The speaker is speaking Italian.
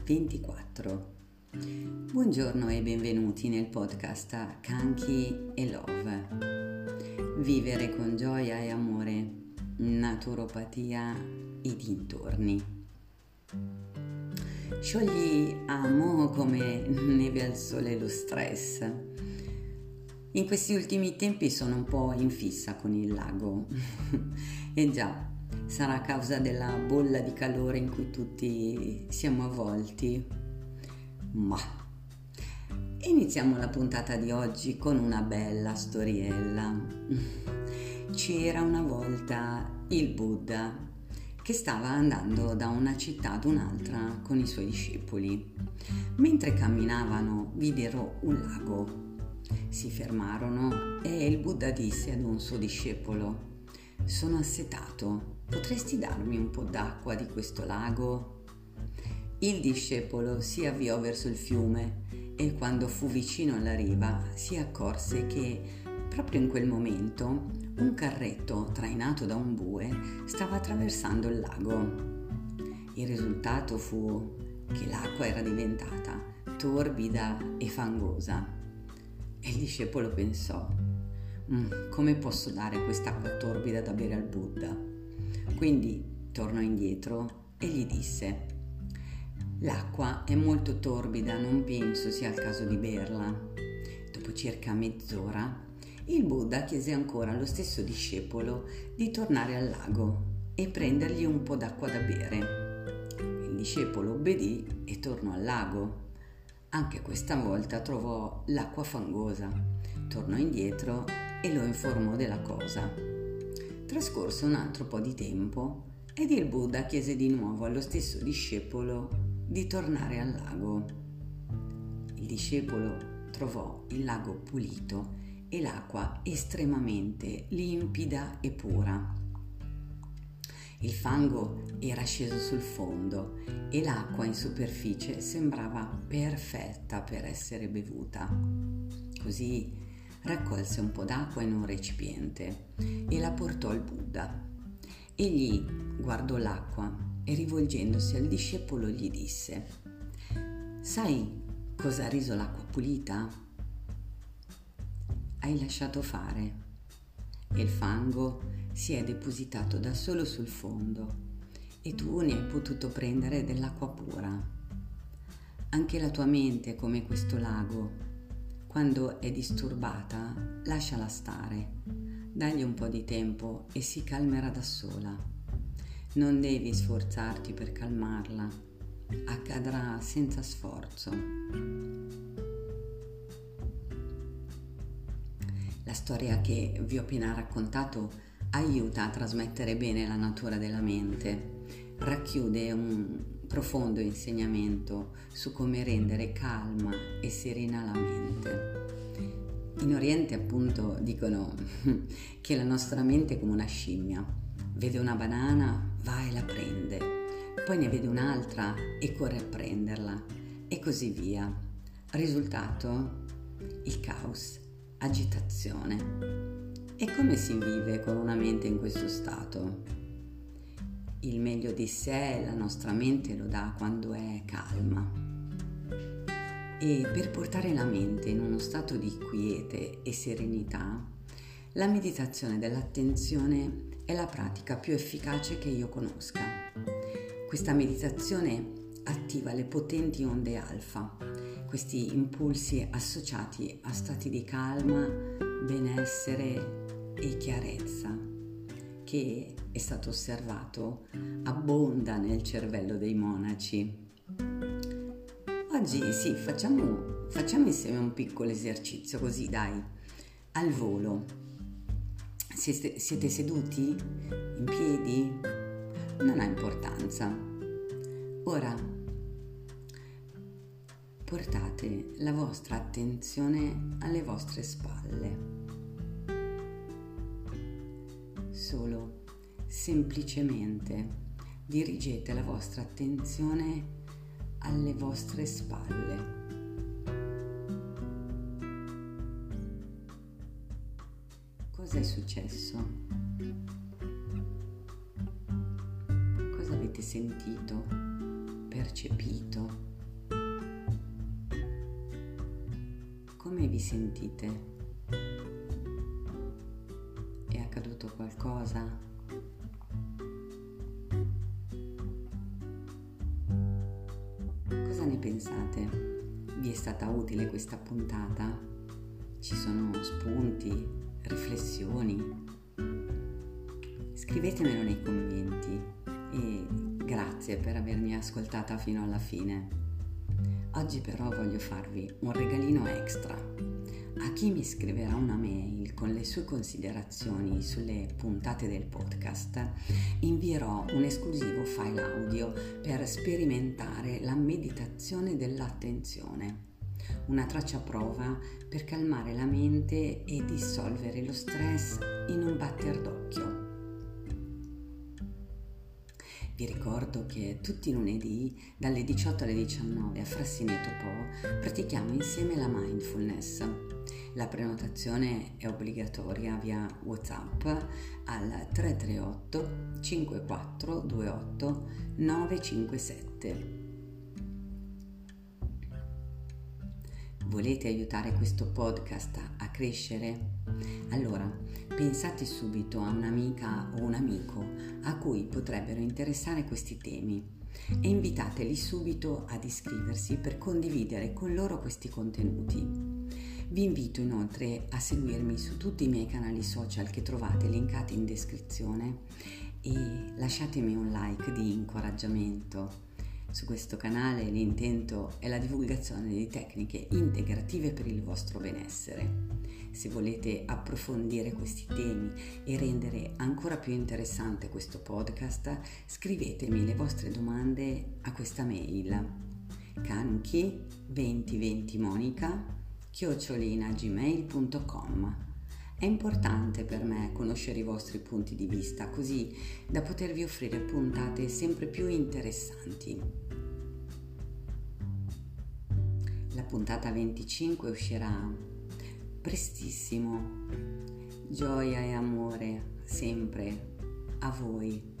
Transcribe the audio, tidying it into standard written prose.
24. Buongiorno e benvenuti nel podcast Kanki e Love. Vivere con gioia e amore, naturopatia e dintorni. Sciogli amo come neve al sole lo stress. In questi ultimi tempi sono un po' in fissa con il lago. E già, sarà a causa della bolla di calore in cui tutti siamo avvolti. Ma iniziamo la puntata di oggi con una bella storiella. C'era una volta il Buddha che stava andando da una città ad un'altra con i suoi discepoli. Mentre camminavano videro un lago. Si fermarono e il Buddha disse ad un suo discepolo: «Sono assetato, potresti darmi un po' d'acqua di questo lago?» Il discepolo si avviò verso il fiume e quando fu vicino alla riva si accorse che proprio in quel momento un carretto trainato da un bue stava attraversando il lago. Il risultato fu che l'acqua era diventata torbida e fangosa e il discepolo pensò: come posso dare quest'acqua torbida da bere al Buddha? Quindi tornò indietro e gli disse: «L'acqua è molto torbida, non penso sia il caso di berla». Dopo circa mezz'ora il Buddha chiese ancora allo stesso discepolo di tornare al lago e prendergli un po' d'acqua da bere. Il discepolo obbedì e tornò al lago. Anche questa volta trovò l'acqua fangosa. Tornò indietro e lo informò della cosa. Trascorse un altro po' di tempo ed il Buddha chiese di nuovo allo stesso discepolo di tornare al lago. Il discepolo trovò il lago pulito e l'acqua estremamente limpida e pura. Il fango era sceso sul fondo e l'acqua in superficie sembrava perfetta per essere bevuta. Così raccolse un po' d'acqua in un recipiente e la portò al Buddha. Egli guardò l'acqua e rivolgendosi al discepolo gli disse: «Sai cosa ha reso l'acqua pulita? Hai lasciato fare e il fango si è depositato da solo sul fondo e tu ne hai potuto prendere dell'acqua pura. Anche la tua mente è come questo lago. Quando è disturbata, lasciala stare, dagli un po' di tempo e si calmerà da sola. Non devi sforzarti per calmarla, accadrà senza sforzo». La storia che vi ho appena raccontato aiuta a trasmettere bene la natura della mente, racchiude un profondo insegnamento su come rendere calma e serena la mente. In Oriente appunto dicono che la nostra mente è come una scimmia, vede una banana, va e la prende, poi ne vede un'altra e corre a prenderla e così via. Risultato? Il caos, agitazione. E come si vive con una mente in questo stato? Il meglio di sé la nostra mente lo dà quando è calma. E per portare la mente in uno stato di quiete e serenità, la meditazione dell'attenzione è la pratica più efficace che io conosca. Questa meditazione attiva le potenti onde alfa, questi impulsi associati a stati di calma, benessere e chiarezza, che è stato osservato abbonda nel cervello dei monaci. Oggi sì, facciamo insieme un piccolo esercizio, così dai, al volo. Siete seduti? In piedi? Non ha importanza. Ora portate la vostra attenzione alle vostre spalle. Solo, semplicemente dirigete la vostra attenzione alle vostre spalle. Cos'è successo? Cosa avete sentito, percepito? come vi sentite? È accaduto qualcosa? Cosa ne pensate? Vi è stata utile questa puntata? Ci sono spunti, riflessioni? Scrivetemelo nei commenti e grazie per avermi ascoltata fino alla fine. Oggi però voglio farvi un regalino extra. A chi mi scriverà una mail con le sue considerazioni sulle puntate del podcast, invierò un esclusivo file audio per sperimentare la meditazione dell'attenzione, una traccia prova per calmare la mente e dissolvere lo stress in un batter d'occhio. Vi ricordo che tutti i lunedì dalle 18 alle 19 a Frassineto Po pratichiamo insieme la mindfulness. La prenotazione è obbligatoria via WhatsApp al 338 5428 957. Volete aiutare questo podcast a crescere? Allora, pensate subito a un'amica o un amico a cui potrebbero interessare questi temi e invitateli subito ad iscriversi per condividere con loro questi contenuti. Vi invito inoltre a seguirmi su tutti i miei canali social che trovate linkati in descrizione e lasciatemi un like di incoraggiamento. Su questo canale l'intento è la divulgazione di tecniche integrative per il vostro benessere. Se volete approfondire questi temi e rendere ancora più interessante questo podcast, scrivetemi le vostre domande a questa mail canchi2020monica@gmail.com. È importante per me conoscere i vostri punti di vista, così da potervi offrire puntate sempre più interessanti. La puntata 25 uscirà prestissimo. Gioia e amore sempre a voi.